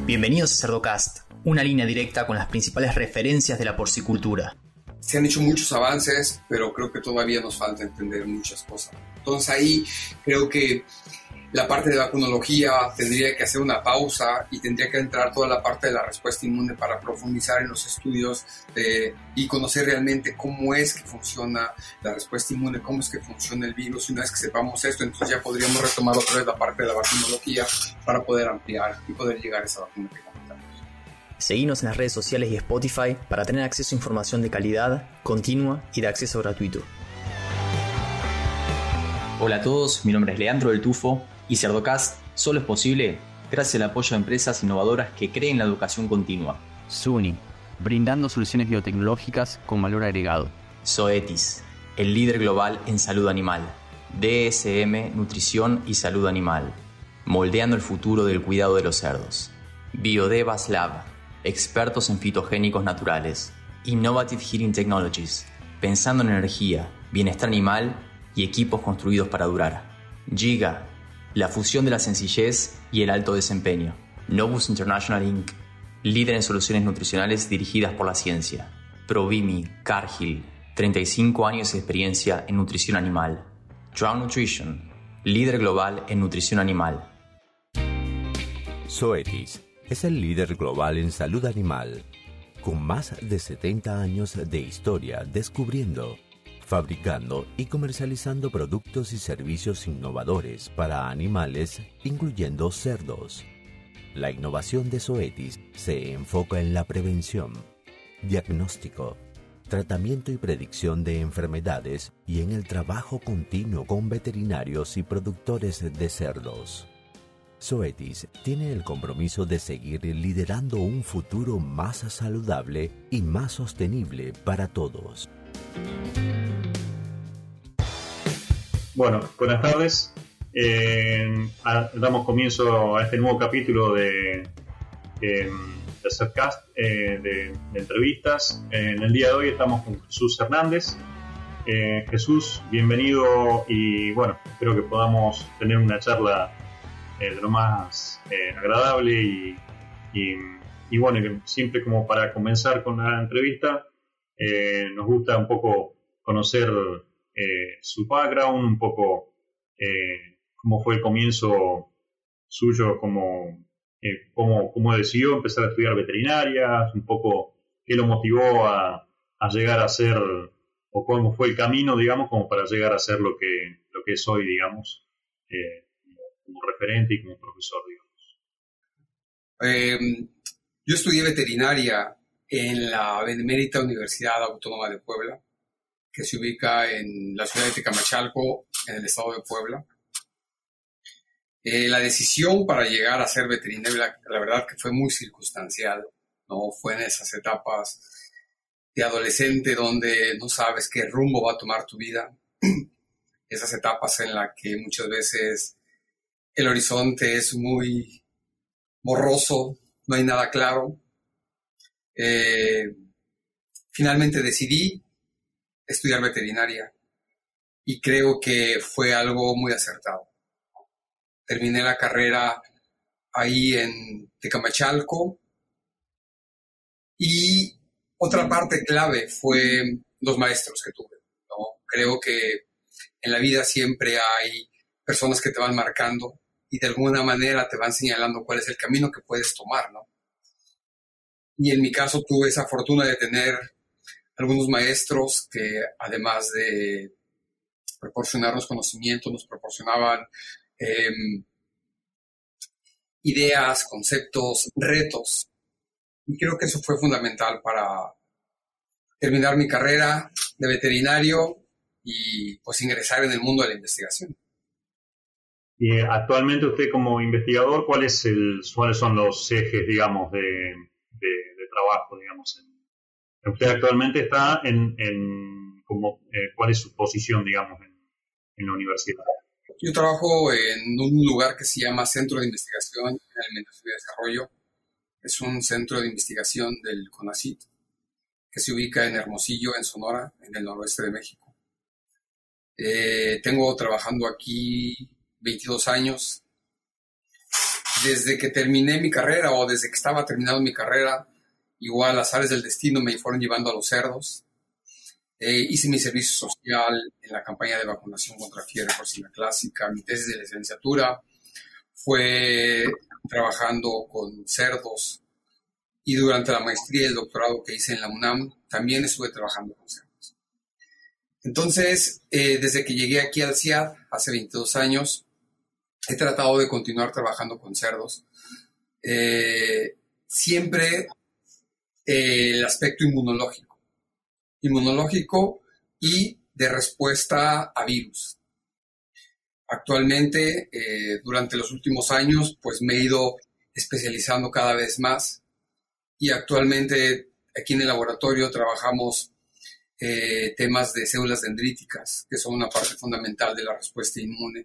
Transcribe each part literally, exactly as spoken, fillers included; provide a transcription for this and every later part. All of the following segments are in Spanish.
Bienvenidos a Cerdocast, una línea directa con las principales referencias de la porcicultura. Se han hecho muchos avances, pero creo que todavía nos falta entender muchas cosas. Entonces ahí creo que la parte de vacunología tendría que hacer una pausa y tendría que entrar toda la parte de la respuesta inmune para profundizar en los estudios de, y conocer realmente cómo es que funciona la respuesta inmune, cómo es que funciona el virus. Y una vez que sepamos esto, entonces ya podríamos retomar otra vez la parte de la vacunología para poder ampliar y poder llegar a esa vacuna que comentamos. Seguinos en las redes sociales y Spotify para tener acceso a información de calidad, continua y de acceso gratuito. Hola a todos, mi nombre es Leandro del Tufo y Cerdocast solo es posible gracias al apoyo de empresas innovadoras que creen la educación continua. SUNY, brindando soluciones biotecnológicas con valor agregado. Zoetis, el líder global en salud animal. D S M, nutrición y salud animal, moldeando el futuro del cuidado de los cerdos. Biodevas Lab, expertos en fitogénicos naturales. Innovative Heating Technologies, pensando en energía, bienestar animal y equipos construidos para durar. Giga, la fusión de la sencillez y el alto desempeño. Novus International incorporated, líder en soluciones nutricionales dirigidas por la ciencia. Provimi, Cargill, treinta y cinco años de experiencia en nutrición animal. Drown Nutrition, líder global en nutrición animal. Zoetis es el líder global en salud animal, con más de setenta años de historia descubriendo, fabricando y comercializando productos y servicios innovadores para animales, incluyendo cerdos. La innovación de Zoetis se enfoca en la prevención, diagnóstico, tratamiento y predicción de enfermedades y en el trabajo continuo con veterinarios y productores de cerdos. Zoetis tiene el compromiso de seguir liderando un futuro más saludable y más sostenible para todos. Bueno, buenas tardes. Eh, damos comienzo a este nuevo capítulo de, eh, de Cerdocast, eh, de, de entrevistas. En el día de hoy estamos con Jesús Hernández. Eh, Jesús, bienvenido y bueno, espero que podamos tener una charla eh, de lo más eh, agradable y, y, y bueno, que siempre como para comenzar con la entrevista, eh, nos gusta un poco conocer Eh, su background, un poco eh, cómo fue el comienzo suyo, cómo, eh, cómo, cómo decidió empezar a estudiar veterinaria, un poco qué lo motivó a, a llegar a ser, o cómo fue el camino, digamos, como para llegar a ser lo que, lo que es hoy, digamos, eh, como, como referente y como profesor, digamos. Eh, yo estudié veterinaria en la Benemérita Universidad Autónoma de Puebla, que se ubica en la ciudad de Tecamachalco, en el estado de Puebla. Eh, la decisión para llegar a ser veterinario, la, la verdad que fue muy circunstancial, ¿no? Fue en esas etapas de adolescente donde no sabes qué rumbo va a tomar tu vida. Esas etapas en las que muchas veces el horizonte es muy borroso, no hay nada claro. Eh, finalmente decidí estudiar veterinaria y creo que fue algo muy acertado. Terminé la carrera ahí en Tecamachalco y otra parte clave fue los maestros que tuve, ¿no? Creo que en la vida siempre hay personas que te van marcando y de alguna manera te van señalando cuál es el camino que puedes tomar, ¿no? Y en mi caso tuve esa fortuna de tener algunos maestros que, además de proporcionarnos conocimiento, nos proporcionaban eh, ideas, conceptos, retos. Y creo que eso fue fundamental para terminar mi carrera de veterinario y pues ingresar en el mundo de la investigación. Y actualmente usted como investigador, ¿cuál es el, ¿cuáles son los ejes, digamos, de, de, de trabajo, digamos, en usted actualmente está en, en como, eh, ¿cuál es su posición, digamos, en, en la universidad? Yo trabajo en un lugar que se llama Centro de Investigación en Alimentación y Desarrollo. Es un centro de investigación del CONACYT que se ubica en Hermosillo, en Sonora, en el noroeste de México. Eh, tengo trabajando aquí veintidós años desde que terminé mi carrera o desde que estaba terminando mi carrera, igual las azares del destino me fueron llevando a los cerdos. Eh, hice mi servicio social en la campaña de vacunación contra fiebre porcina clásica. Mi tesis de licenciatura fue trabajando con cerdos y durante la maestría y el doctorado que hice en la UNAM también estuve trabajando con cerdos. Entonces, eh, desde que llegué aquí al C I A D hace veintidós años, he tratado de continuar trabajando con cerdos. Eh, siempre eh, el aspecto inmunológico. Inmunológico y de respuesta a virus. Actualmente, eh, durante los últimos años, pues me he ido especializando cada vez más y actualmente aquí en el laboratorio trabajamos eh, temas de células dendríticas, que son una parte fundamental de la respuesta inmune.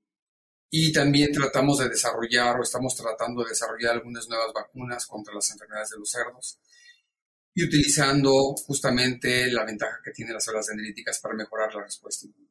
Y también tratamos de desarrollar o estamos tratando de desarrollar algunas nuevas vacunas contra las enfermedades de los cerdos y utilizando justamente la ventaja que tienen las células dendríticas para mejorar la respuesta inmune.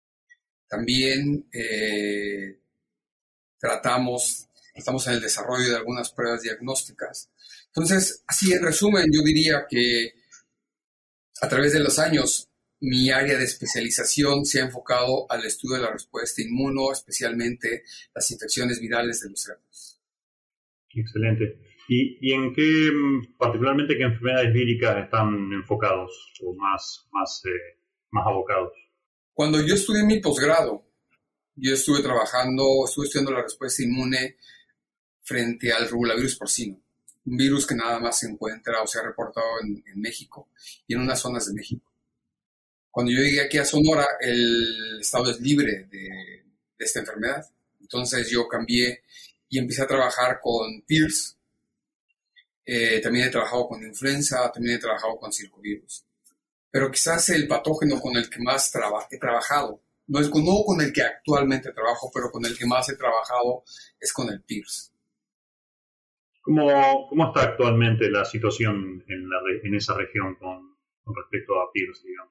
También eh, tratamos, estamos en el desarrollo de algunas pruebas diagnósticas. Entonces, así en resumen, yo diría que a través de los años, mi área de especialización se ha enfocado al estudio de la respuesta inmuno, especialmente las infecciones virales de los cerdos. Excelente. ¿Y, y en qué, particularmente, qué enfermedades víricas están enfocados o más, más, eh, más abocados? Cuando yo estudié mi posgrado, yo estuve trabajando, estuve estudiando la respuesta inmune frente al rubulavirus porcino, un virus que nada más se encuentra o se ha reportado en, en México y en unas zonas de México. Cuando yo llegué aquí a Sonora, el estado es libre de, de esta enfermedad. Entonces yo cambié y empecé a trabajar con PIRS. Eh, también he trabajado con influenza, también he trabajado con circovirus. Pero quizás el patógeno con el que más traba, he trabajado, no es con, no con el que actualmente trabajo, pero con el que más he trabajado es con el PIRS. ¿Cómo, cómo está actualmente la situación en, la, en esa región con, con respecto a PIRS, digamos?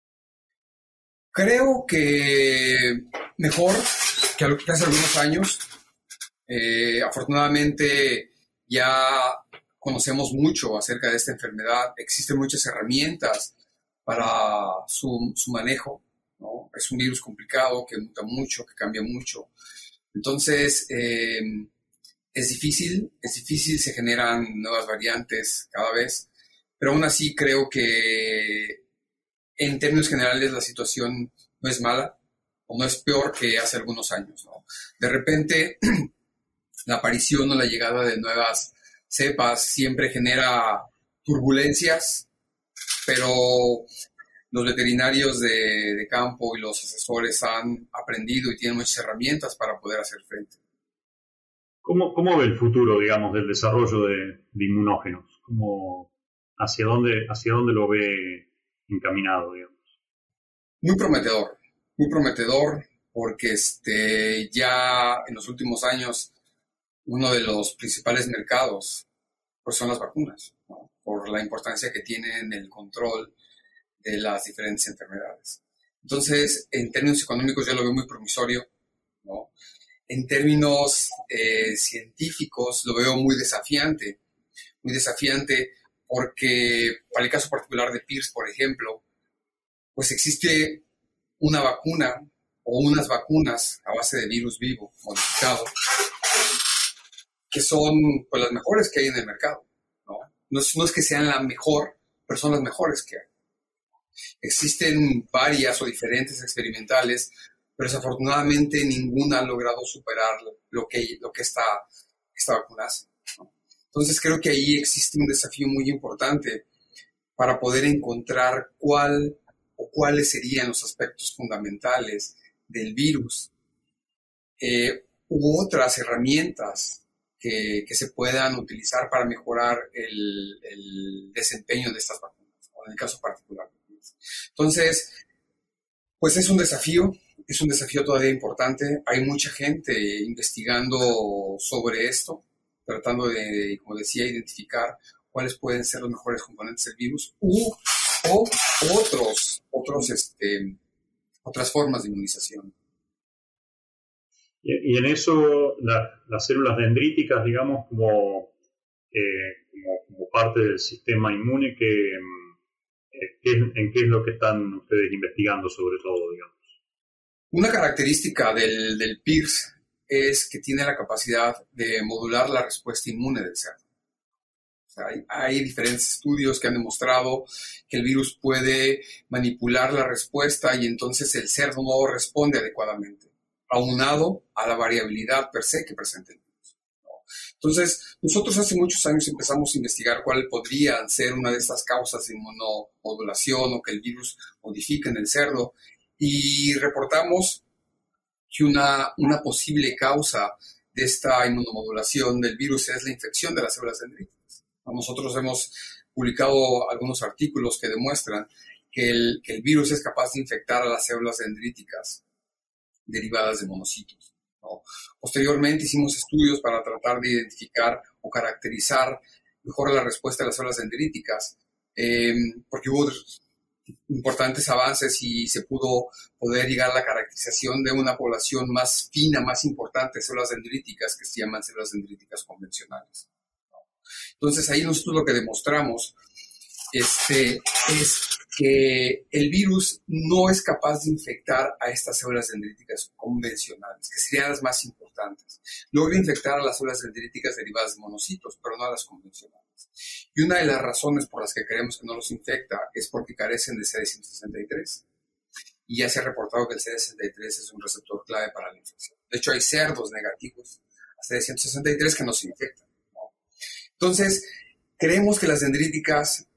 Creo que mejor que hace algunos años. Eh, afortunadamente ya conocemos mucho acerca de esta enfermedad. Existen muchas herramientas para su, su manejo, ¿no? Es un virus complicado que muta mucho, que cambia mucho. Entonces, eh, es difícil, es difícil, se generan nuevas variantes cada vez, pero aún así creo que en términos generales la situación no es mala o no es peor que hace algunos años, ¿no? De repente, la aparición o la llegada de nuevas cepas siempre genera turbulencias, pero los veterinarios de, de campo y los asesores han aprendido y tienen muchas herramientas para poder hacer frente. ¿Cómo, cómo ve el futuro, digamos, del desarrollo de, de inmunógenos? ¿Cómo, hacia dónde, hacia dónde lo ve encaminado, digamos? Muy prometedor, muy prometedor, porque este, ya en los últimos años uno de los principales mercados pues son las vacunas, ¿no? Por la importancia que tienen en el control de las diferentes enfermedades. Entonces, en términos económicos yo lo veo muy promisorio, ¿no? En términos eh, científicos lo veo muy desafiante, muy desafiante porque para el caso particular de PIRS, por ejemplo, pues existe una vacuna o unas vacunas a base de virus vivo modificado que son pues, las mejores que hay en el mercado, ¿no? No es, no es que sean la mejor, pero son las mejores que hay. Existen varias o diferentes experimentales, pero desafortunadamente ninguna ha logrado superar lo que, lo que esta, esta vacuna hace, ¿no? Entonces creo que ahí existe un desafío muy importante para poder encontrar cuál o cuáles serían los aspectos fundamentales del virus eh, u otras herramientas que, que se puedan utilizar para mejorar el, el desempeño de estas vacunas, ¿no? En el caso particular. Entonces, pues es un desafío, es un desafío todavía importante. Hay mucha gente investigando sobre esto, tratando de, como decía, identificar cuáles pueden ser los mejores componentes del virus u, o otros, otros, este, otras formas de inmunización. Y, y en eso la, las células dendríticas, digamos, como, eh, como, como parte del sistema inmune, que, eh, que, ¿en qué es lo que están ustedes investigando sobre todo, digamos? Una característica del, del PIRS es que tiene la capacidad de modular la respuesta inmune del cerdo. O sea, hay, hay diferentes estudios que han demostrado que el virus puede manipular la respuesta y entonces el cerdo no responde adecuadamente, aunado a la variabilidad per se que presenta el virus, ¿no? Entonces, nosotros hace muchos años empezamos a investigar cuál podrían ser una de estas causas de inmunomodulación o que el virus modifique en el cerdo, y reportamos que una, una posible causa de esta inmunomodulación del virus es la infección de las células dendríticas. Nosotros hemos publicado algunos artículos que demuestran que el, que el virus es capaz de infectar a las células dendríticas derivadas de monocitos, ¿no? Posteriormente hicimos estudios para tratar de identificar o caracterizar mejor la respuesta de las células dendríticas, eh, porque hubo importantes avances y se pudo poder llegar a la caracterización de una población más fina, más importante de células dendríticas que se llaman células dendríticas convencionales, ¿no? Entonces ahí nosotros lo que demostramos este, es que el virus no es capaz de infectar a estas células dendríticas convencionales, que serían las más importantes. Logra infectar a las células dendríticas derivadas de monocitos, pero no a las convencionales. Y una de las razones por las que creemos que no los infecta es porque carecen de C D ciento sesenta y tres. Y ya se ha reportado que el C D sesenta y tres es un receptor clave para la infección. De hecho, hay cerdos negativos a C D ciento sesenta y tres que no se infectan, ¿no? Entonces, creemos que las dendríticas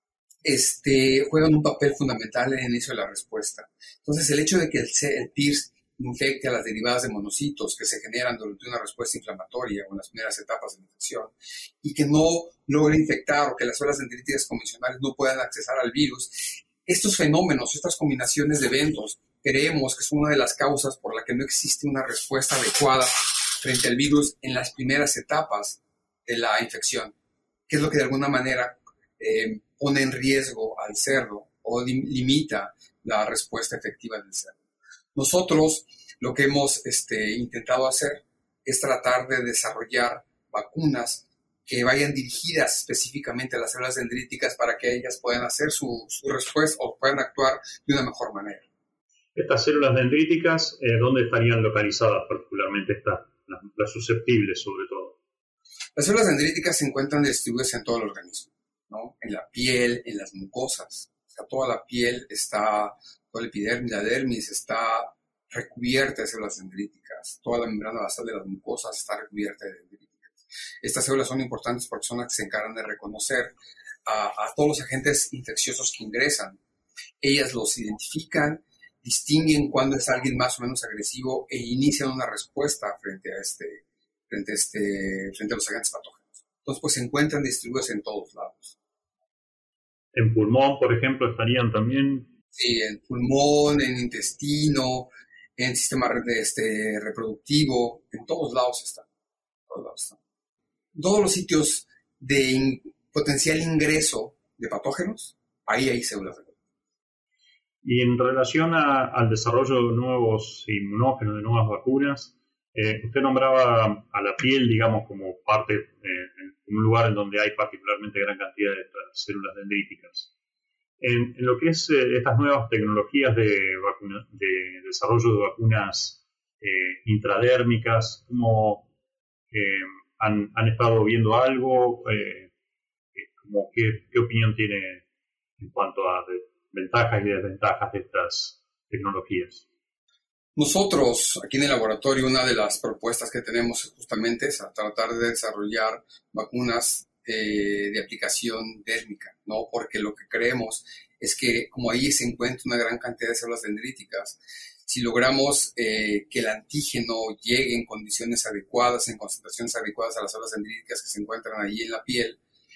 este, juegan un papel fundamental en el inicio de la respuesta. Entonces, el hecho de que el, el PIRS infecte a las derivadas de monocitos que se generan durante una respuesta inflamatoria o en las primeras etapas de la infección y que no logre infectar o que las células dendríticas convencionales no puedan accesar al virus, estos fenómenos, estas combinaciones de eventos, creemos que son una de las causas por la que no existe una respuesta adecuada frente al virus en las primeras etapas de la infección, que es lo que de alguna manera eh, pone en riesgo al cerdo o lim- limita la respuesta efectiva del cerdo. Nosotros lo que hemos este, intentado hacer es tratar de desarrollar vacunas que vayan dirigidas específicamente a las células dendríticas para que ellas puedan hacer su, su respuesta o puedan actuar de una mejor manera. Estas células dendríticas, eh, ¿dónde estarían localizadas particularmente estas, las, las susceptibles sobre todo? Las células dendríticas se encuentran distribuidas en todo el organismo, ¿no? En la piel, en las mucosas. O sea, toda la piel está, toda la epidermis, la dermis está recubierta de células dendríticas. Toda la membrana basal de las mucosas está recubierta de dendríticas. Estas células son importantes porque son las que se encargan de reconocer a, a todos los agentes infecciosos que ingresan. Ellas los identifican, distinguen cuándo es alguien más o menos agresivo e inician una respuesta frente a, este, frente a, este, frente a los agentes patógenos. Entonces, pues se encuentran distribuidos en todos lados. ¿En pulmón, por ejemplo, estarían también? Sí, en pulmón, en intestino, en sistema este, reproductivo, en todos lados están. Todos lados están. Todos los sitios de in, potencial ingreso de patógenos, ahí hay células de virus. Y en relación a, al desarrollo de nuevos inmunógenos, de nuevas vacunas, eh, usted nombraba a la piel, digamos, como parte, eh, un lugar en donde hay particularmente gran cantidad de estas células dendríticas. En, en lo que es eh, estas nuevas tecnologías de, vacuna, de desarrollo de vacunas eh, intradérmicas, ¿cómo eh, han, han estado viendo algo? Eh, como qué, ¿Qué opinión tiene en cuanto a de, ventajas y desventajas de estas tecnologías? Nosotros, aquí en el laboratorio, una de las propuestas que tenemos justamente es a tratar de desarrollar vacunas eh, de aplicación dérmica, ¿no? Porque lo que creemos es que como ahí se encuentra una gran cantidad de células dendríticas, si logramos eh, que el antígeno llegue en condiciones adecuadas, en concentraciones adecuadas a las células dendríticas que se encuentran allí en la piel,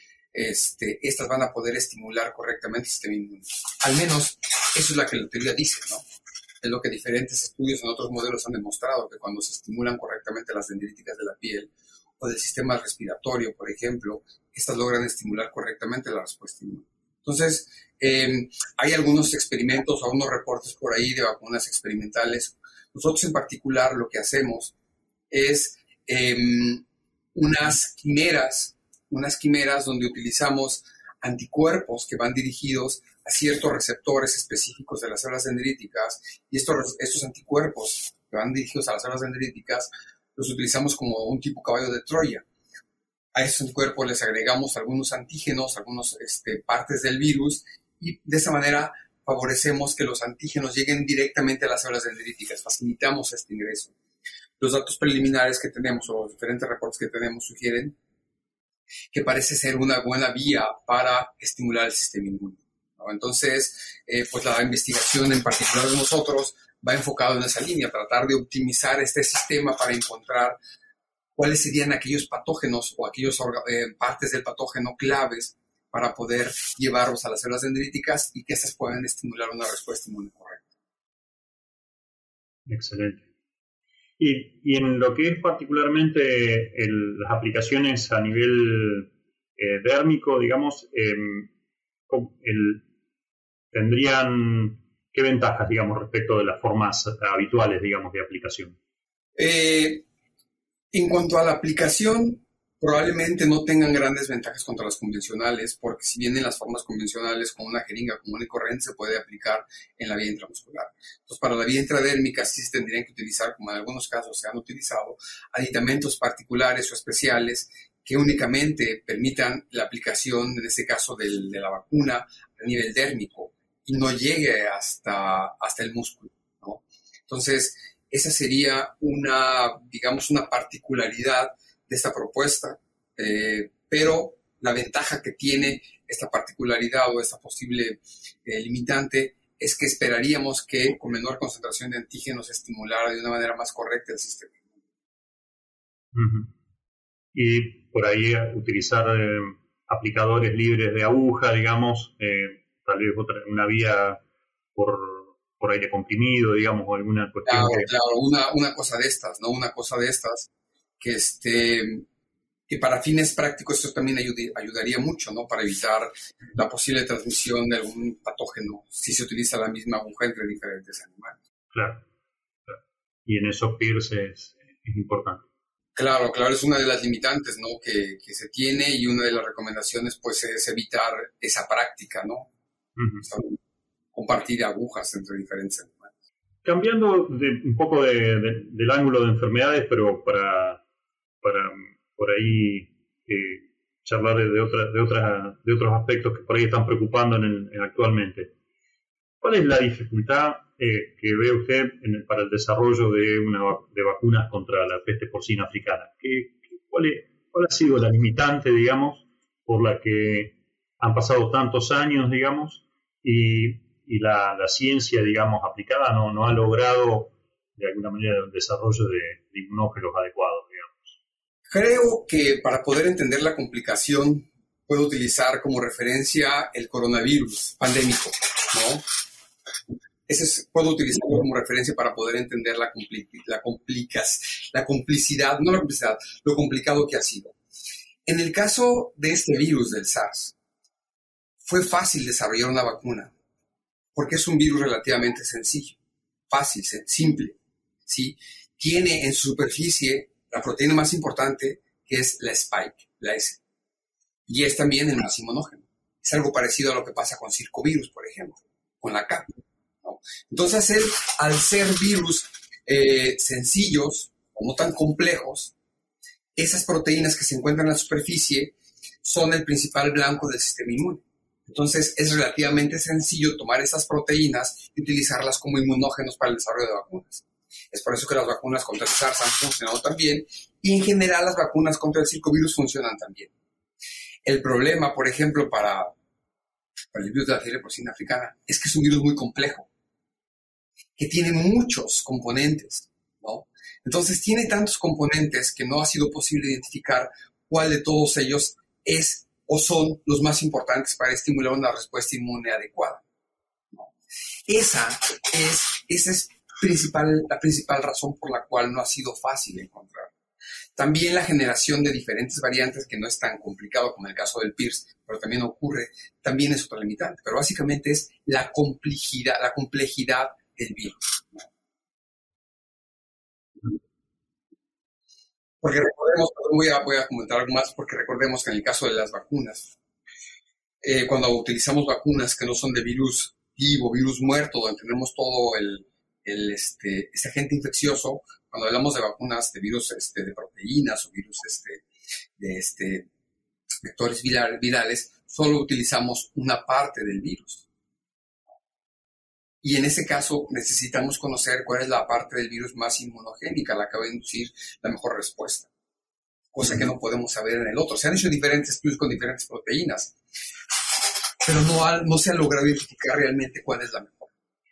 este, estas van a poder estimular correctamente el sistema inmune. Al menos eso es lo que la teoría dice, ¿no? Es lo que diferentes estudios en otros modelos han demostrado, que cuando se estimulan correctamente las dendríticas de la piel o del sistema respiratorio, por ejemplo, estas logran estimular correctamente la respuesta inmune. Entonces, eh, hay algunos experimentos o algunos reportes por ahí de vacunas experimentales. Nosotros en particular lo que hacemos es eh, unas quimeras, unas quimeras donde utilizamos anticuerpos que van dirigidos a ciertos receptores específicos de las células dendríticas, y estos, estos anticuerpos que van dirigidos a las células dendríticas los utilizamos como un tipo caballo de Troya. A estos anticuerpos les agregamos algunos antígenos, algunas este, partes del virus, y de esa manera favorecemos que los antígenos lleguen directamente a las células dendríticas, facilitamos este ingreso. Los datos preliminares que tenemos o los diferentes reportes que tenemos sugieren que parece ser una buena vía para estimular el sistema inmune, ¿no? Entonces, eh, pues la investigación en particular de nosotros va enfocado en esa línea, tratar de optimizar este sistema para encontrar cuáles serían aquellos patógenos o aquellas eh, partes del patógeno claves para poder llevarlos a las células dendríticas y que éstas puedan estimular una respuesta inmune correcta. Excelente. Y, y en lo que es particularmente el, las aplicaciones a nivel eh, dérmico, digamos, eh, el, ¿tendrían qué ventajas, digamos, respecto de las formas habituales, digamos, de aplicación? Eh, en cuanto a la aplicación, probablemente no tengan grandes ventajas contra las convencionales, porque si bien en las formas convencionales con una jeringa común y corriente se puede aplicar en la vía intramuscular. Entonces, para la vía intradérmica sí se tendrían que utilizar, como en algunos casos se han utilizado, aditamentos particulares o especiales que únicamente permitan la aplicación, en este caso del, de la vacuna, a nivel dérmico y no llegue hasta, hasta el músculo, ¿no? Entonces, esa sería una, digamos, una particularidad de esta propuesta, eh, pero la ventaja que tiene esta particularidad o esta posible eh, limitante es que esperaríamos que con menor concentración de antígenos se estimulara de una manera más correcta el sistema. Uh-huh. Y por ahí utilizar eh, aplicadores libres de aguja, digamos, eh, tal vez otra, una vía por, por aire comprimido, digamos, o alguna cuestión. Claro, que... claro, una, una cosa de estas, ¿no? Una cosa de estas que, este, que para fines prácticos esto también ayud- ayudaría mucho, ¿no? Para evitar la posible transmisión de algún patógeno si se utiliza la misma aguja entre diferentes animales. Claro, claro. Y en esos peers es, es importante. Claro, claro, es una de las limitantes, ¿no? que, que se tiene, y una de las recomendaciones pues es evitar esa práctica, ¿no? Uh-huh. O sea, compartir agujas entre diferentes animales. Cambiando de, un poco de, de, del ángulo de enfermedades, pero para para por ahí eh, charlar de, otra, de, otra, de otros aspectos que por ahí están preocupando en el, en actualmente. ¿Cuál es la dificultad eh, que ve usted en el, para el desarrollo de, una, de vacunas contra la peste porcina africana? ¿Qué, cuál, es, ¿Cuál ha sido la limitante, digamos, por la que han pasado tantos años, digamos, y, y la, la ciencia, digamos, aplicada no, no ha logrado de alguna manera el desarrollo de, de inmunógenos adecuados, digamos? Creo que para poder entender la complicación puedo utilizar como referencia el coronavirus pandémico, ¿no? Ese es, puedo utilizarlo como referencia para poder entender la, compli- la, complicas, la complicidad, no la complicidad, lo complicado que ha sido. En el caso de este virus del SARS, fue fácil desarrollar una vacuna, porque es un virus relativamente sencillo, fácil, simple, ¿sí? Tiene en su superficie la proteína más importante, que es la spike, la S. Y es también el más inmunógeno. Es algo parecido a lo que pasa con circovirus, por ejemplo, con la K, ¿no? Entonces, él, al ser virus eh, sencillos o no tan complejos, esas proteínas que se encuentran en la superficie son el principal blanco del sistema inmune. Entonces, es relativamente sencillo tomar esas proteínas y utilizarlas como inmunógenos para el desarrollo de vacunas. Es por eso que las vacunas contra el SARS han funcionado tan bien, y en general las vacunas contra el circovirus funcionan también. El problema, por ejemplo, para, para el virus de la fiebre porcina africana es que es un virus muy complejo, que tiene muchos componentes, ¿no? Entonces tiene tantos componentes que no ha sido posible identificar cuál de todos ellos es o son los más importantes para estimular una respuesta inmune adecuada, ¿no? Esa es, esa es principal, la principal razón por la cual no ha sido fácil encontrar. También la generación de diferentes variantes, que no es tan complicado como en el caso del PIRS, pero también ocurre, también es otra limitante. Pero básicamente es la complejidad, la complejidad del virus, ¿no? Porque recordemos, voy a, voy a comentar algo más, porque recordemos que en el caso de las vacunas, eh, cuando utilizamos vacunas que no son de virus vivo, virus muerto, donde tenemos todo el, el este, este agente infeccioso, cuando hablamos de vacunas de virus este, de proteínas o virus este, de este, vectores viral, virales, solo utilizamos una parte del virus. Y en ese caso necesitamos conocer cuál es la parte del virus más inmunogénica, la que va a inducir la mejor respuesta. Cosa que no podemos saber en el otro. Se han hecho diferentes estudios con diferentes proteínas, pero no, ha, no se ha logrado identificar realmente cuál es la mejor.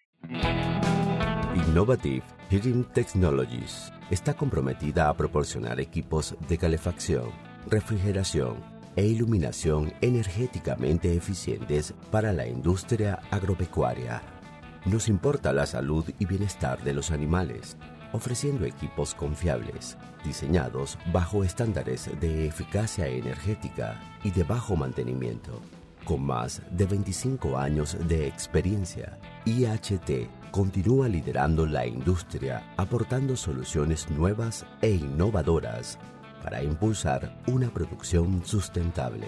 Innovative Heating Technologies está comprometida a proporcionar equipos de calefacción, refrigeración e iluminación energéticamente eficientes para la industria agropecuaria. Nos importa la salud y bienestar de los animales, ofreciendo equipos confiables, diseñados bajo estándares de eficacia energética y de bajo mantenimiento. Con más de veinticinco años de experiencia, I H T continúa liderando la industria, aportando soluciones nuevas e innovadoras para impulsar una producción sustentable.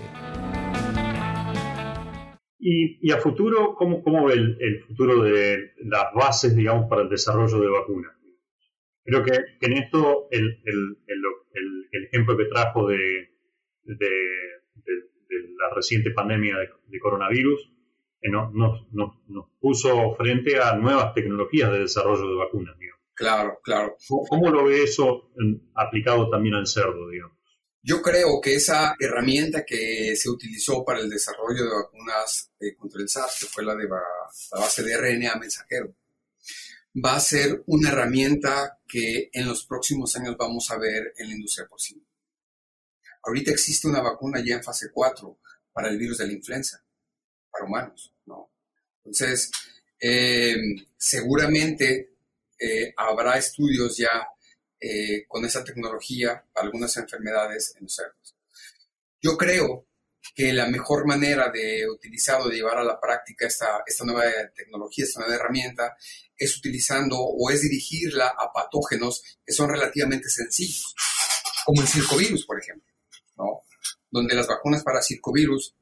Y, y a futuro, ¿cómo, cómo ve el, el futuro de las bases, digamos, para el desarrollo de vacunas? Creo que, que en esto el, el, el, el, el ejemplo que trajo de, de, de, de la reciente pandemia de, de coronavirus eh, no, nos, nos, nos puso frente a nuevas tecnologías de desarrollo de vacunas, digamos. Claro, claro. ¿Cómo, cómo lo ve eso en, aplicado también al cerdo, digamos? Yo creo que esa herramienta que se utilizó para el desarrollo de vacunas eh, contra el SARS, que fue la de la base de R N A mensajero, va a ser una herramienta que en los próximos años vamos a ver en la industria porcina. Ahorita existe una vacuna ya en fase cuatro para el virus de la influenza, para humanos, ¿no? Entonces, eh, seguramente eh, habrá estudios ya Eh, con esa tecnología para algunas enfermedades en los cerdos. Yo creo que la mejor manera de utilizar o de llevar a la práctica esta, esta nueva tecnología, esta nueva herramienta, es utilizando o es dirigirla a patógenos que son relativamente sencillos, como el circovirus, por ejemplo, ¿no? Donde las vacunas para circovirus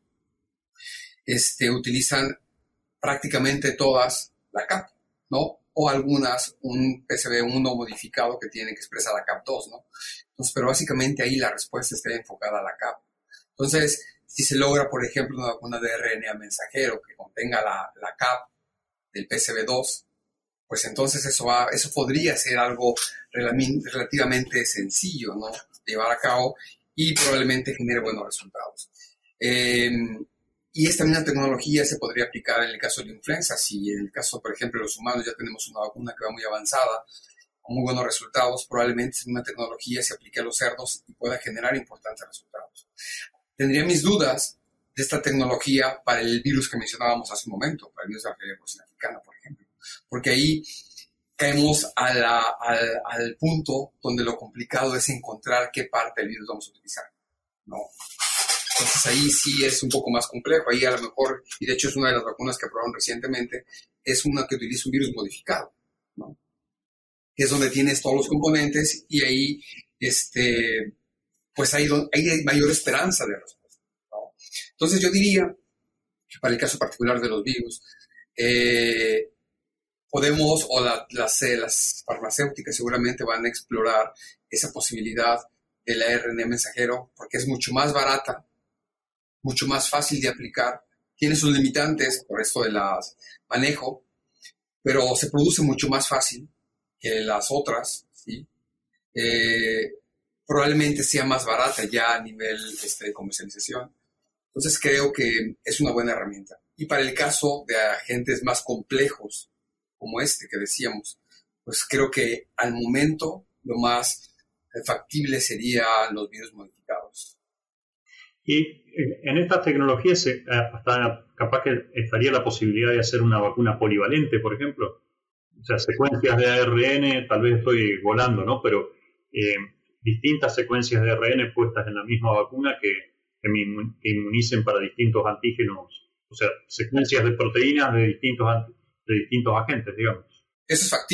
este, utilizan prácticamente todas la C A P, ¿no? O algunas un P C B uno modificado que tiene que expresar la C A P dos, ¿no? Entonces, pero básicamente ahí la respuesta está enfocada a la C A P. Entonces, si se logra, por ejemplo, una vacuna de R N A mensajero que contenga la, la C A P del P C B dos, pues entonces eso, va, eso podría ser algo relativamente sencillo, ¿no?, de llevar a cabo y probablemente genere buenos resultados. Eh, Y esta misma tecnología se podría aplicar en el caso de la influenza. Si en el caso, por ejemplo, de los humanos ya tenemos una vacuna que va muy avanzada, con muy buenos resultados, probablemente esta misma tecnología se aplique a los cerdos y pueda generar importantes resultados. Tendría mis dudas de esta tecnología para el virus que mencionábamos hace un momento, para el virus de la fiebre porcina africana, por ejemplo, porque ahí caemos a la, al, al punto donde lo complicado es encontrar qué parte del virus vamos a utilizar, ¿no? Entonces ahí sí es un poco más complejo. Ahí a lo mejor, y de hecho es una de las vacunas que aprobaron recientemente, es una que utiliza un virus modificado, ¿no? Que es donde tienes todos los componentes y ahí este, pues ahí, ahí hay mayor esperanza de respuesta, ¿no? Entonces yo diría que para el caso particular de los virus, eh, podemos, o la, las, las farmacéuticas seguramente van a explorar esa posibilidad de la R N A mensajero porque es mucho más barata, mucho más fácil de aplicar, tiene sus limitantes por esto de las manejo, pero se produce mucho más fácil que las otras, ¿sí? Eh, probablemente sea más barata ya a nivel este, de comercialización. Entonces creo que es una buena herramienta. Y para el caso de agentes más complejos, como este que decíamos, pues creo que al momento lo más factible sería los virus modificados. Y en estas tecnologías hasta capaz que estaría la posibilidad de hacer una vacuna polivalente, por ejemplo. O sea, secuencias de A R N, tal vez estoy volando, ¿no? Pero eh, distintas secuencias de A R N puestas en la misma vacuna que, que, me, que inmunicen para distintos antígenos. O sea, secuencias de proteínas de distintos, de distintos agentes, digamos. Eso es factible.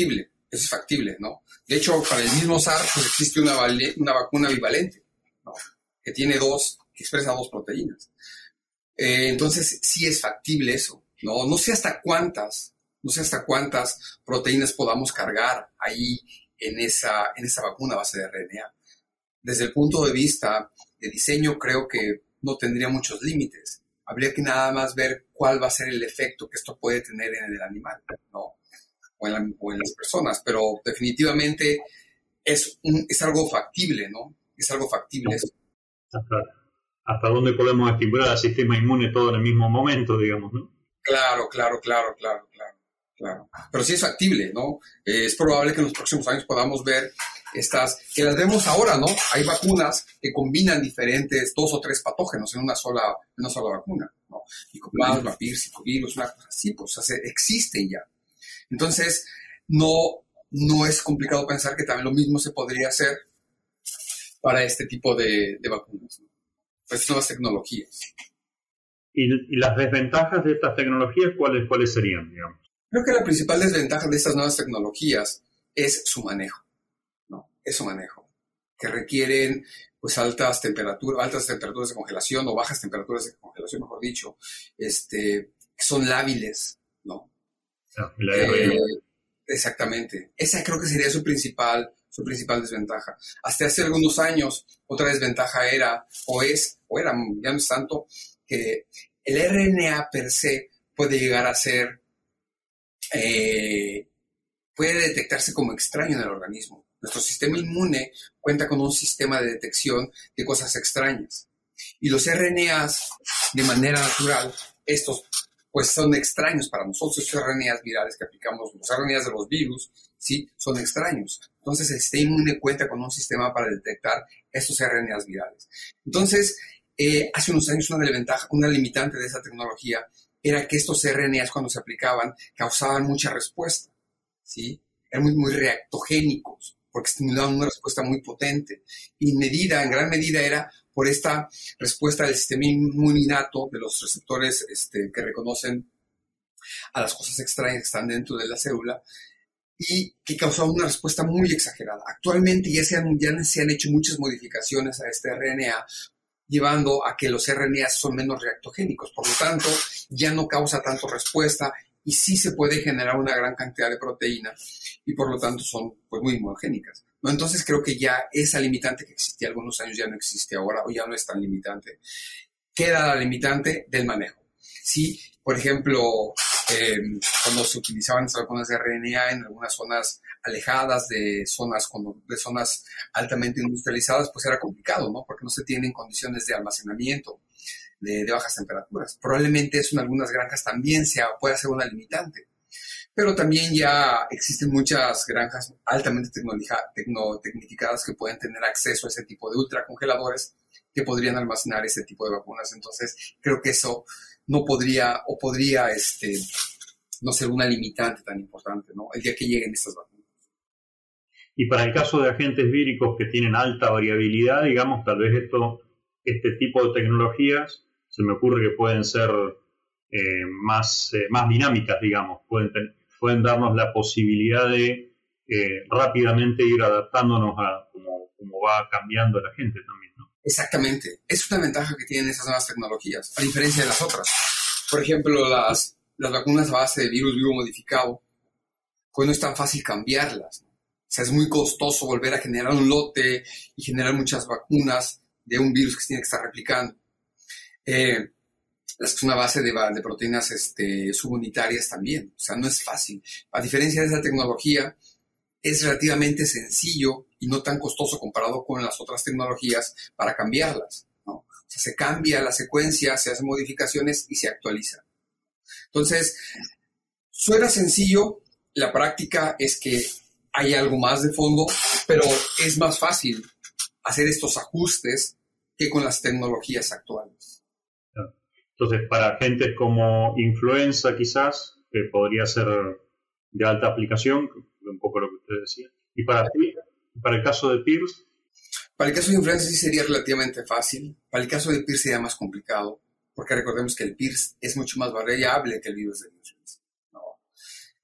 Eso es factible, ¿no? De hecho, para el mismo SARS pues existe una, vale, una vacuna bivalente, ¿no? Que tiene dos, que expresa dos proteínas. Eh, entonces, sí es factible eso, ¿no? No sé hasta cuántas, no sé hasta cuántas proteínas podamos cargar ahí en esa, en esa vacuna a base de R N A. Desde el punto de vista de diseño, creo que no tendría muchos límites. Habría que nada más ver cuál va a ser el efecto que esto puede tener en el animal, ¿no? O en, la, o en las personas, pero definitivamente es, un, es algo factible, ¿no? Es algo factible eso. Hasta, hasta dónde podemos estimular al sistema inmune todo en el mismo momento, digamos, ¿no? Claro, claro, claro, claro, claro, claro. Pero sí es factible, ¿no? Eh, es probable que en los próximos años podamos ver estas, que las vemos ahora, ¿no? Hay vacunas que combinan diferentes, dos o tres patógenos en una sola, en una sola vacuna, ¿no? Mycoplasma, PIRS, psicovirus, una cosa así, pues o sea, existen ya. Entonces, no, no es complicado pensar que también lo mismo se podría hacer para este tipo de, de vacunas, ¿no? Estas nuevas tecnologías. ¿Y, ¿Y las desventajas de estas tecnologías cuáles, cuáles serían, digamos? Creo que la principal desventaja de estas nuevas tecnologías es su manejo, ¿no? Es su manejo, que requieren pues altas temperaturas, altas temperaturas de congelación o bajas temperaturas de congelación, mejor dicho, este, que son lábiles, ¿no? Ah, la eh, exactamente. Esa creo que sería su principal, su principal desventaja. Hasta hace algunos años, otra desventaja era, o es, o era, ya no es tanto, que el R N A per se puede llegar a ser, eh, puede detectarse como extraño en el organismo. Nuestro sistema inmune cuenta con un sistema de detección de cosas extrañas. Y los R N As, de manera natural, estos pues son extraños para nosotros. Estos R N As virales que aplicamos, los R N As de los virus, sí, son extraños. Entonces, el sistema inmune cuenta con un sistema para detectar estos R N As virales. Entonces, eh, hace unos años una desventaja, una limitante de esa tecnología era que estos R N As, cuando se aplicaban, causaban mucha respuesta, ¿sí? Eran muy, muy reactogénicos, porque estimulaban una respuesta muy potente. Y en medida, en gran medida, era por esta respuesta del sistema inmune innato, de los receptores este, que reconocen a las cosas extrañas que están dentro de la célula, y que causaba una respuesta muy exagerada. Actualmente ya se han, ya se han hecho muchas modificaciones a este R N A, llevando a que los R N A son menos reactogénicos. Por lo tanto, ya no causa tanto respuesta y sí se puede generar una gran cantidad de proteína y por lo tanto son pues, muy homogénicas, ¿no? Entonces creo que ya esa limitante que existía algunos años ya no existe ahora o ya no es tan limitante. Queda la limitante del manejo. Sí, por ejemplo, eh, cuando se utilizaban estas vacunas de R N A en algunas zonas alejadas de zonas, de zonas altamente industrializadas, pues era complicado, ¿no? Porque no se tienen condiciones de almacenamiento de, de bajas temperaturas. Probablemente eso en algunas granjas también sea, pueda ser una limitante. Pero también ya existen muchas granjas altamente tecno, tecnificadas que pueden tener acceso a ese tipo de ultracongeladores que podrían almacenar ese tipo de vacunas. Entonces, creo que eso no podría, o podría este, no ser una limitante tan importante, ¿no? El día que lleguen estas vacunas. Y para el caso de agentes víricos que tienen alta variabilidad, digamos, tal vez esto, este tipo de tecnologías, se me ocurre que pueden ser eh, más, eh, más dinámicas, digamos, pueden, pueden darnos la posibilidad de eh, rápidamente ir adaptándonos a cómo, cómo va cambiando la gente también, ¿no? Exactamente. Es una ventaja que tienen esas nuevas tecnologías, a diferencia de las otras. Por ejemplo, las, las vacunas a base de virus vivo modificado, pues no es tan fácil cambiarlas, ¿no? O sea, es muy costoso volver a generar un lote y generar muchas vacunas de un virus que se tiene que estar replicando. Eh, las que son a base de, de proteínas este, subunitarias también. O sea, no es fácil. A diferencia de esa tecnología, es relativamente sencillo y no tan costoso comparado con las otras tecnologías para cambiarlas, ¿no? O sea, se cambia la secuencia, se hacen modificaciones y se actualiza. Entonces, suena sencillo. La práctica es que hay algo más de fondo, pero es más fácil hacer estos ajustes que con las tecnologías actuales. Entonces, para agentes como influenza, quizás, que podría ser de alta aplicación, un poco lo que usted decía. ¿Y para ti, para el caso de PIRS? Para el caso de influenza sí sería relativamente fácil. Para el caso de PIRS sería más complicado, porque recordemos que el PIRS es mucho más variable que el virus de influenza, ¿no?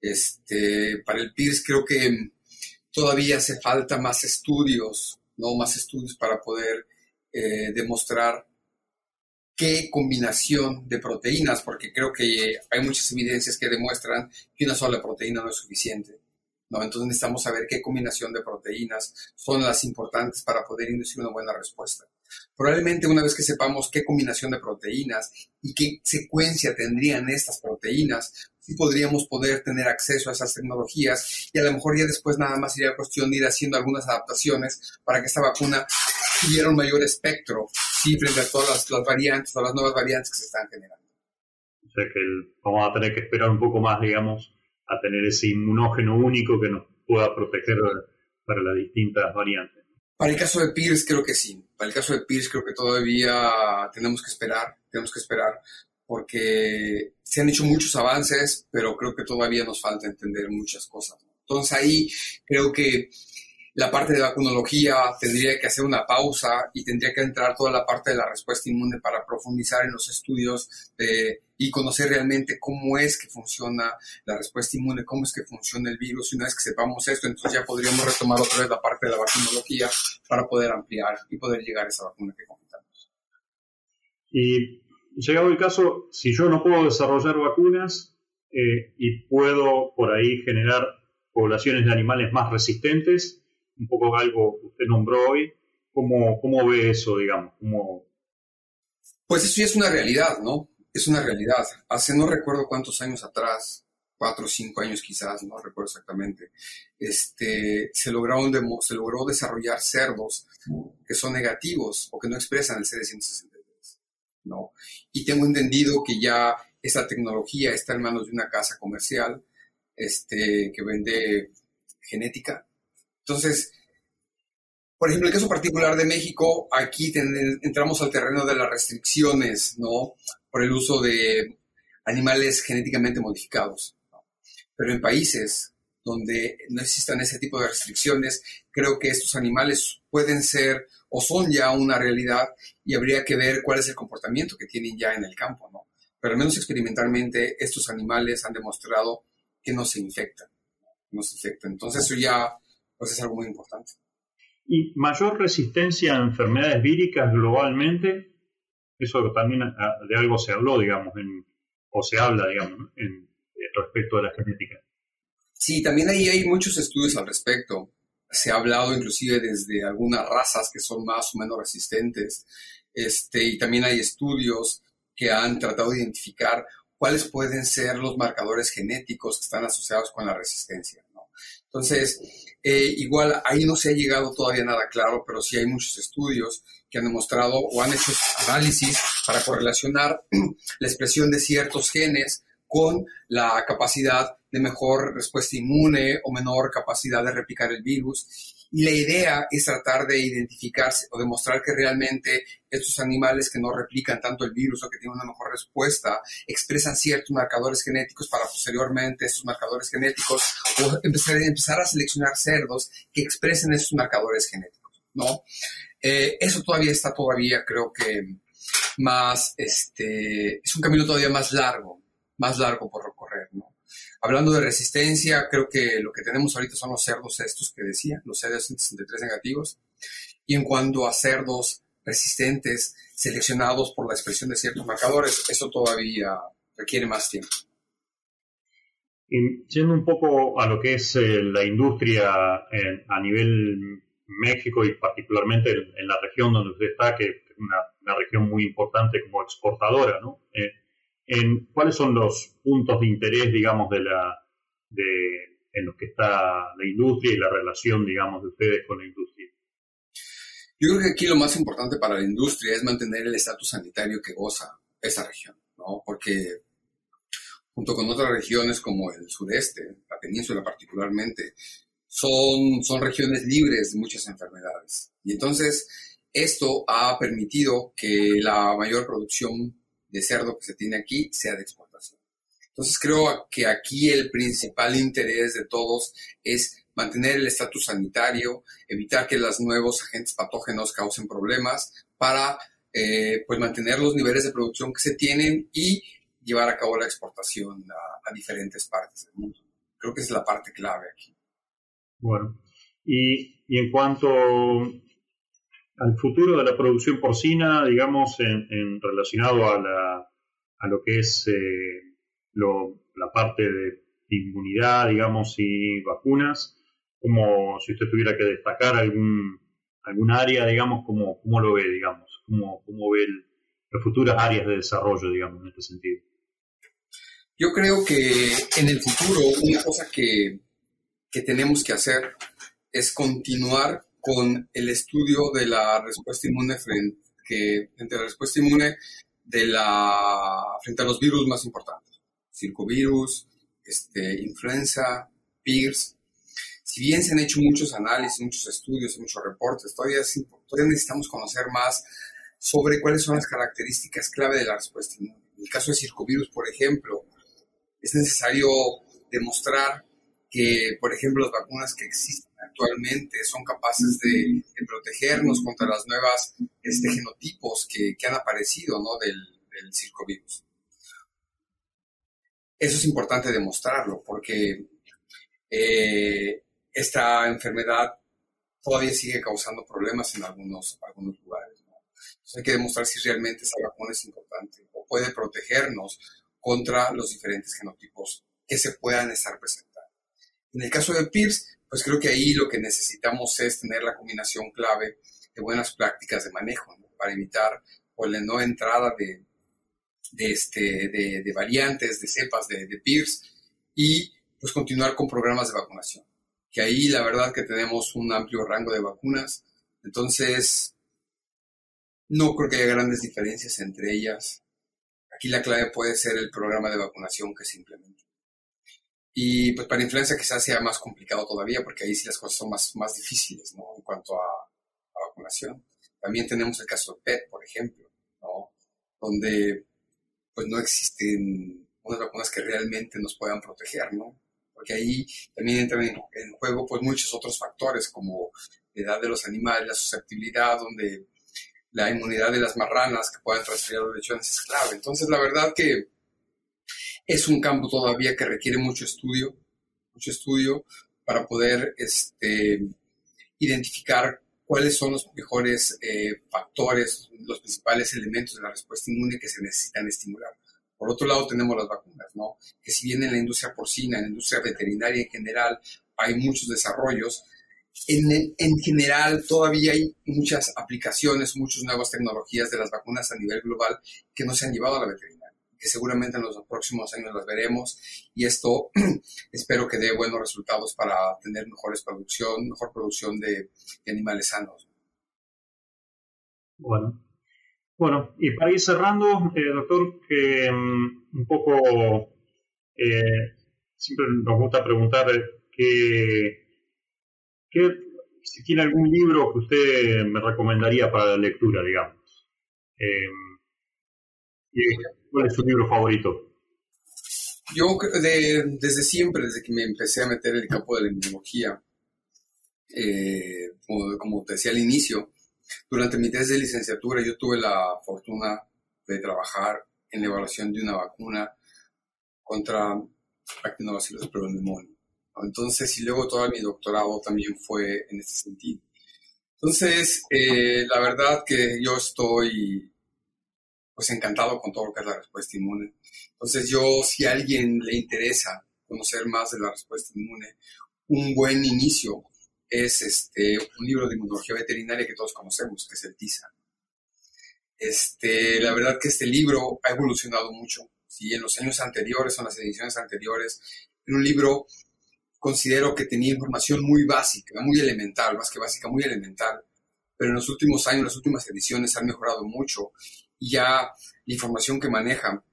Este, para el P I R S creo que todavía hace falta más estudios, ¿no? Más estudios para poder eh, demostrar qué combinación de proteínas, porque creo que hay muchas evidencias que demuestran que una sola proteína no es suficiente, ¿no? Entonces necesitamos saber qué combinación de proteínas son las importantes para poder inducir una buena respuesta. Probablemente una vez que sepamos qué combinación de proteínas y qué secuencia tendrían estas proteínas, sí podríamos poder tener acceso a esas tecnologías y a lo mejor ya después nada más sería cuestión de ir haciendo algunas adaptaciones para que esta vacuna tuviera un mayor espectro, sí, frente a todas las, las variantes, todas las nuevas variantes que se están generando. O sea que el, vamos a tener que esperar un poco más, digamos, a tener ese inmunógeno único que nos pueda proteger para las distintas variantes. Para el caso de P I R S creo que sí. Para el caso de P I R S creo que todavía tenemos que esperar, tenemos que esperar, porque se han hecho muchos avances, pero creo que todavía nos falta entender muchas cosas. Entonces ahí creo que la parte de vacunología tendría que hacer una pausa y tendría que entrar toda la parte de la respuesta inmune para profundizar en los estudios de, y conocer realmente cómo es que funciona la respuesta inmune, cómo es que funciona el virus. Y una vez que sepamos esto, entonces ya podríamos retomar otra vez la parte de la vacunología para poder ampliar y poder llegar a esa vacuna que comentamos. Y llegado el caso, si yo no puedo desarrollar vacunas eh, y puedo por ahí generar poblaciones de animales más resistentes, un poco algo que usted nombró hoy, ¿cómo, cómo ve eso, digamos? ¿Cómo... Pues eso ya es una realidad, ¿no? Es una realidad. Hace no recuerdo cuántos años atrás, cuatro o cinco años quizás, no recuerdo exactamente, este, se, lograron demo, se logró desarrollar cerdos que son negativos o que no expresan el C D ciento sesenta y tres, ¿no? Y tengo entendido que ya esa tecnología está en manos de una casa comercial este, que vende genética. Entonces, por ejemplo, el caso particular de México, aquí ten, entramos al terreno de las restricciones, ¿no? Por el uso de animales genéticamente modificados, ¿no? Pero en países donde no existan ese tipo de restricciones, creo que estos animales pueden ser o son ya una realidad y habría que ver cuál es el comportamiento que tienen ya en el campo, ¿no? Pero al menos experimentalmente estos animales han demostrado que no se infectan, no se infectan. Entonces eso ya pues es algo muy importante. ¿Y mayor resistencia a enfermedades víricas globalmente? Eso también de algo se habló, digamos, en, o se habla, digamos, en, respecto a la genética. Sí, también ahí hay muchos estudios al respecto. Se ha hablado inclusive desde algunas razas que son más o menos resistentes. Este, y también hay estudios que han tratado de identificar cuáles pueden ser los marcadores genéticos que están asociados con la resistencia, ¿no? Entonces, eh, igual ahí no se ha llegado todavía nada claro, pero sí hay muchos estudios que han demostrado o han hecho análisis para correlacionar la expresión de ciertos genes con la capacidad de mejor respuesta inmune o menor capacidad de replicar el virus. Y la idea es tratar de identificarse o demostrar que realmente estos animales que no replican tanto el virus o que tienen una mejor respuesta expresan ciertos marcadores genéticos para posteriormente estos marcadores genéticos o empezar, empezar a seleccionar cerdos que expresen esos marcadores genéticos, ¿no? Eh, eso todavía está todavía, creo que más, este, es un camino todavía más largo, más largo por recorrer, ¿no? Hablando de resistencia, creo que lo que tenemos ahorita son los cerdos estos que decía, los C D ciento sesenta y tres negativos. Y en cuanto a cerdos resistentes seleccionados por la expresión de ciertos marcadores, eso todavía requiere más tiempo. Y yendo un poco a lo que es eh, la industria en, a nivel México y particularmente en, en la región donde usted está, que es una, una región muy importante como exportadora, ¿no? Eh, En, ¿Cuáles son los puntos de interés, digamos, de la, de, en los que está la industria y la relación, digamos, de ustedes con la industria? Yo creo que aquí lo más importante para la industria es mantener el estatus sanitario que goza esa región, ¿no? Porque junto con otras regiones como el sureste, la península particularmente, son, son regiones libres de muchas enfermedades. Y entonces esto ha permitido que la mayor producción de cerdo que se tiene aquí sea de exportación. Entonces creo que aquí el principal interés de todos es mantener el estatus sanitario, evitar que los nuevos agentes patógenos causen problemas para eh, pues mantener los niveles de producción que se tienen y llevar a cabo la exportación a, a diferentes partes del mundo. Creo que es la parte clave aquí. Bueno, y, y en cuanto al futuro de la producción porcina, digamos, en, en relacionado a, la, a lo que es eh, lo, la parte de inmunidad, digamos, y vacunas, como si usted tuviera que destacar algún, algún área, digamos, ¿cómo, cómo lo ve, digamos? ¿Cómo, cómo ve el, las futuras áreas de desarrollo, digamos, en este sentido? Yo creo que en el futuro una cosa que, que tenemos que hacer es continuar con el estudio de la respuesta inmune frente, que, frente a la respuesta inmune de la, frente a los virus más importantes. Circovirus, este, influenza, PIRS. Si bien se han hecho muchos análisis, muchos estudios, muchos reportes, todavía, es, todavía necesitamos conocer más sobre cuáles son las características clave de la respuesta inmune. En el caso de circovirus, por ejemplo, es necesario demostrar que, por ejemplo, las vacunas que existen actualmente son capaces de, de protegernos contra las nuevas este, genotipos que, que han aparecido, ¿no? del, del circovirus. Eso es importante demostrarlo porque eh, esta enfermedad todavía sigue causando problemas en algunos, algunos lugares, ¿no? Entonces hay que demostrar si realmente esa vacuna es importante o puede protegernos contra los diferentes genotipos que se puedan estar presentando. En el caso de PIRS, pues creo que ahí lo que necesitamos es tener la combinación clave de buenas prácticas de manejo, ¿no? Para evitar pues, la no entrada de, de, este, de, de variantes, de cepas de, de PIRS y pues continuar con programas de vacunación. Que ahí la verdad que tenemos un amplio rango de vacunas, entonces no creo que haya grandes diferencias entre ellas. Aquí la clave puede ser el programa de vacunación que se implementa. Y pues para influenza quizás sea más complicado todavía, porque ahí sí las cosas son más, más difíciles, ¿no? En cuanto a, a vacunación. También tenemos el caso de P E T, por ejemplo, ¿no? Donde pues no existen unas vacunas que realmente nos puedan proteger, ¿no? Porque ahí también entran en, en juego pues muchos otros factores, como la edad de los animales, la susceptibilidad, donde la inmunidad de las marranas que puedan transferir a los lechones es clave. Entonces, la verdad que es un campo todavía que requiere mucho estudio, mucho estudio para poder este, identificar cuáles son los mejores eh, factores, los principales elementos de la respuesta inmune que se necesitan estimular. Por otro lado, tenemos las vacunas, ¿no? Que si bien en la industria porcina, en la industria veterinaria en general, hay muchos desarrollos, En, en general todavía hay muchas aplicaciones, muchas nuevas tecnologías de las vacunas a nivel global que no se han llevado a la veterinaria, que seguramente en los próximos años las veremos y esto espero que dé buenos resultados para tener mejores producción, mejor producción de, de animales sanos. Bueno, bueno, y para ir cerrando, eh, doctor, que um, un poco eh, siempre nos gusta preguntar qué ¿Qué, si tiene algún libro que usted me recomendaría para la lectura, digamos? Eh, ¿Cuál es su libro favorito? Yo de, desde siempre, desde que me empecé a meter en el campo de la inmunología, eh, como, como te decía al inicio, durante mi tesis de licenciatura yo tuve la fortuna de trabajar en la evaluación de una vacuna contra actinobacillus pneumoniae. Entonces, y luego todo mi doctorado también fue en este sentido. Entonces, eh, la verdad que yo estoy pues encantado con todo lo que es la respuesta inmune. Entonces, yo, si a alguien le interesa conocer más de la respuesta inmune, un buen inicio es este, un libro de inmunología veterinaria que todos conocemos, que es el TISA. Este, la verdad que este libro ha evolucionado mucho. ¿Sí? En los años anteriores, o en las ediciones anteriores, era un libro considero que tenía información muy básica, muy elemental, más que básica, muy elemental. Pero en los últimos años, las últimas ediciones han mejorado mucho y ya la información que maneja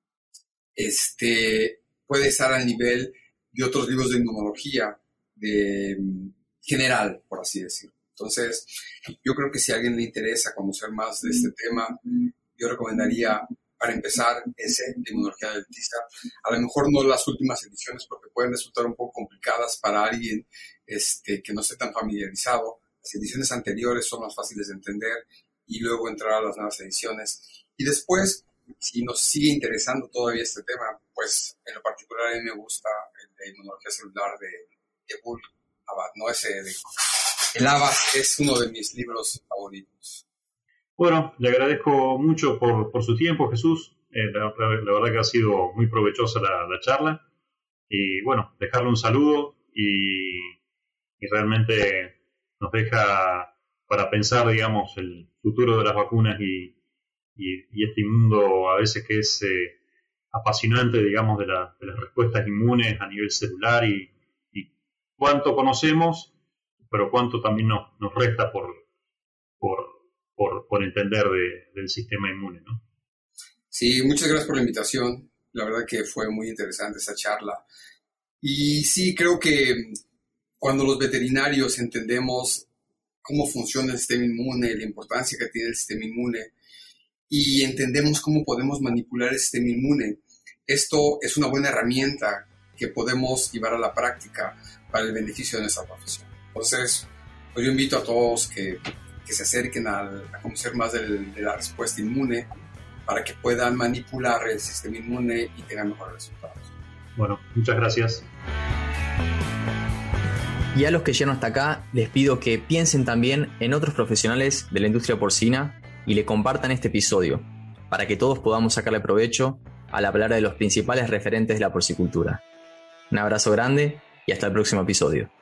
este, puede estar al nivel de otros libros de inmunología de, general, por así decirlo. Entonces, yo creo que si a alguien le interesa conocer más de este tema, yo recomendaría, para empezar, ese de inmunología del TISA. A lo mejor no las últimas ediciones porque pueden resultar un poco complicadas para alguien este, que no esté tan familiarizado. Las ediciones anteriores son más fáciles de entender y luego entrar a las nuevas ediciones. Y después, si nos sigue interesando todavía este tema, pues en lo particular a mí me gusta el de inmunología celular de, de Bull Abad, ¿no? Ese de, el Abas es uno de mis libros favoritos. Bueno, le agradezco mucho por, por su tiempo, Jesús. Eh, la, la, la verdad que ha sido muy provechosa la, la charla. Y bueno, dejarle un saludo y, y realmente nos deja para pensar, digamos, el futuro de las vacunas y, y, y este mundo a veces que es eh, apasionante, digamos, de, la, de las respuestas inmunes a nivel celular y, y cuánto conocemos, pero cuánto también nos, nos resta por, por, por, por entender de, del sistema inmune, ¿no? Sí, muchas gracias por la invitación. La verdad que fue muy interesante esa charla. Y sí, creo que cuando los veterinarios entendemos cómo funciona el sistema inmune, la importancia que tiene el sistema inmune, y entendemos cómo podemos manipular el sistema inmune, esto es una buena herramienta que podemos llevar a la práctica para el beneficio de nuestra profesión. Entonces, pues yo invito a todos que, que se acerquen al, a conocer más del, de la respuesta inmune para que puedan manipular el sistema inmune y tengan mejores resultados. Bueno, muchas gracias. Y a los que llegaron hasta acá, les pido que piensen también en otros profesionales de la industria porcina y le compartan este episodio, para que todos podamos sacarle provecho al hablar de los principales referentes de la porcicultura. Un abrazo grande y hasta el próximo episodio.